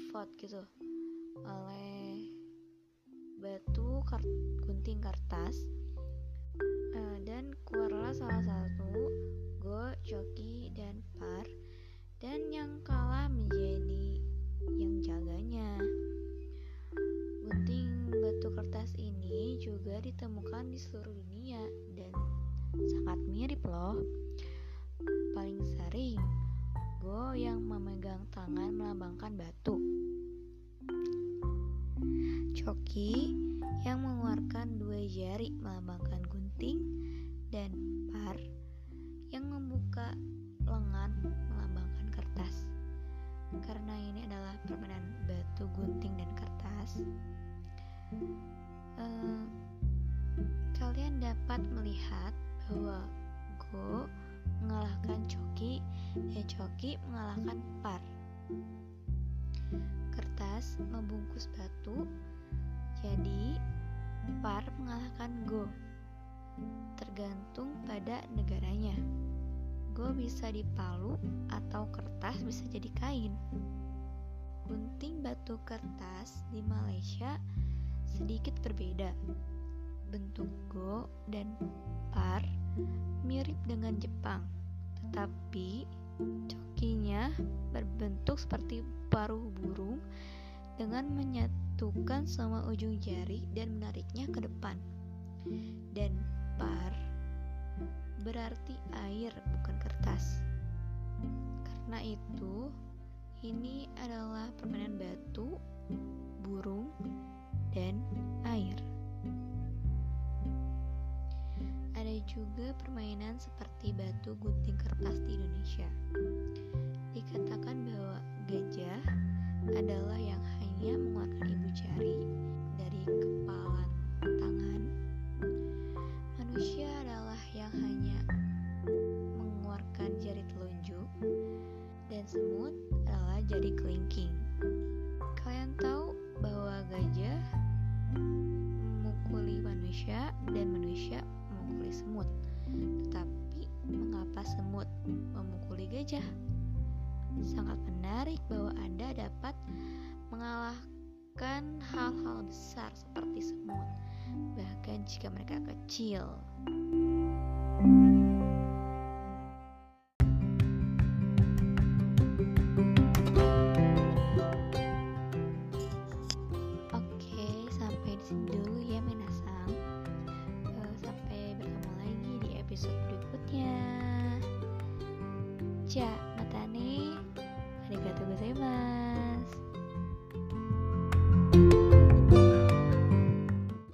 dipivot gitu oleh batu gunting kertas, dan keluarlah salah satu Go, Choki, dan Par, dan yang kalah menjadi yang jaganya. Gunting batu kertas ini juga ditemukan di seluruh dunia dan sangat mirip loh. Paling sering Go yang memegang tangan melambangkan batu, Choki yang mengeluarkan 2 jari melambangkan gunting, dan Par yang membuka lengan melambangkan kertas. Karena ini adalah permainan batu, gunting, dan kertas, kalian dapat melihat bahwa Go mengalahkan Choki dan Choki mengalahkan Par. Kertas membungkus batu, jadi Par mengalahkan Go. Tergantung pada negaranya. Go bisa dipalu atau kertas bisa jadi kain. Gunting batu kertas di Malaysia sedikit berbeda. Bentuk Go dan Par mirip dengan Jepang, tetapi Chokinya berbentuk seperti paruh burung dengan menyatukan semua ujung jari dan menariknya ke depan. Dan Par berarti air, bukan kertas. Karena itu, ini adalah permainan batu, burung, dan air. Ada juga permainan seperti batu gunting kertas di Indonesia. Dikatakan bahwa gajah adalah yang hanya mengeluarkan ibu jari dari kepala tangan. Manusia adalah yang hanya mengeluarkan jari telunjuk, dan semut adalah jari kelingking. Kalian tahu bahwa gajah memukuli manusia dan manusia memukuli semut. Tetapi mengapa semut memukuli gajah? Sangat menarik bahwa Anda dapat mengalahkan hal-hal besar seperti semut, bahkan jika mereka kecil. Oke, sampai di sini dulu ya Minasang. Sampai bertemu lagi di episode berikutnya. Ja, matane, arigatou gozaimasu.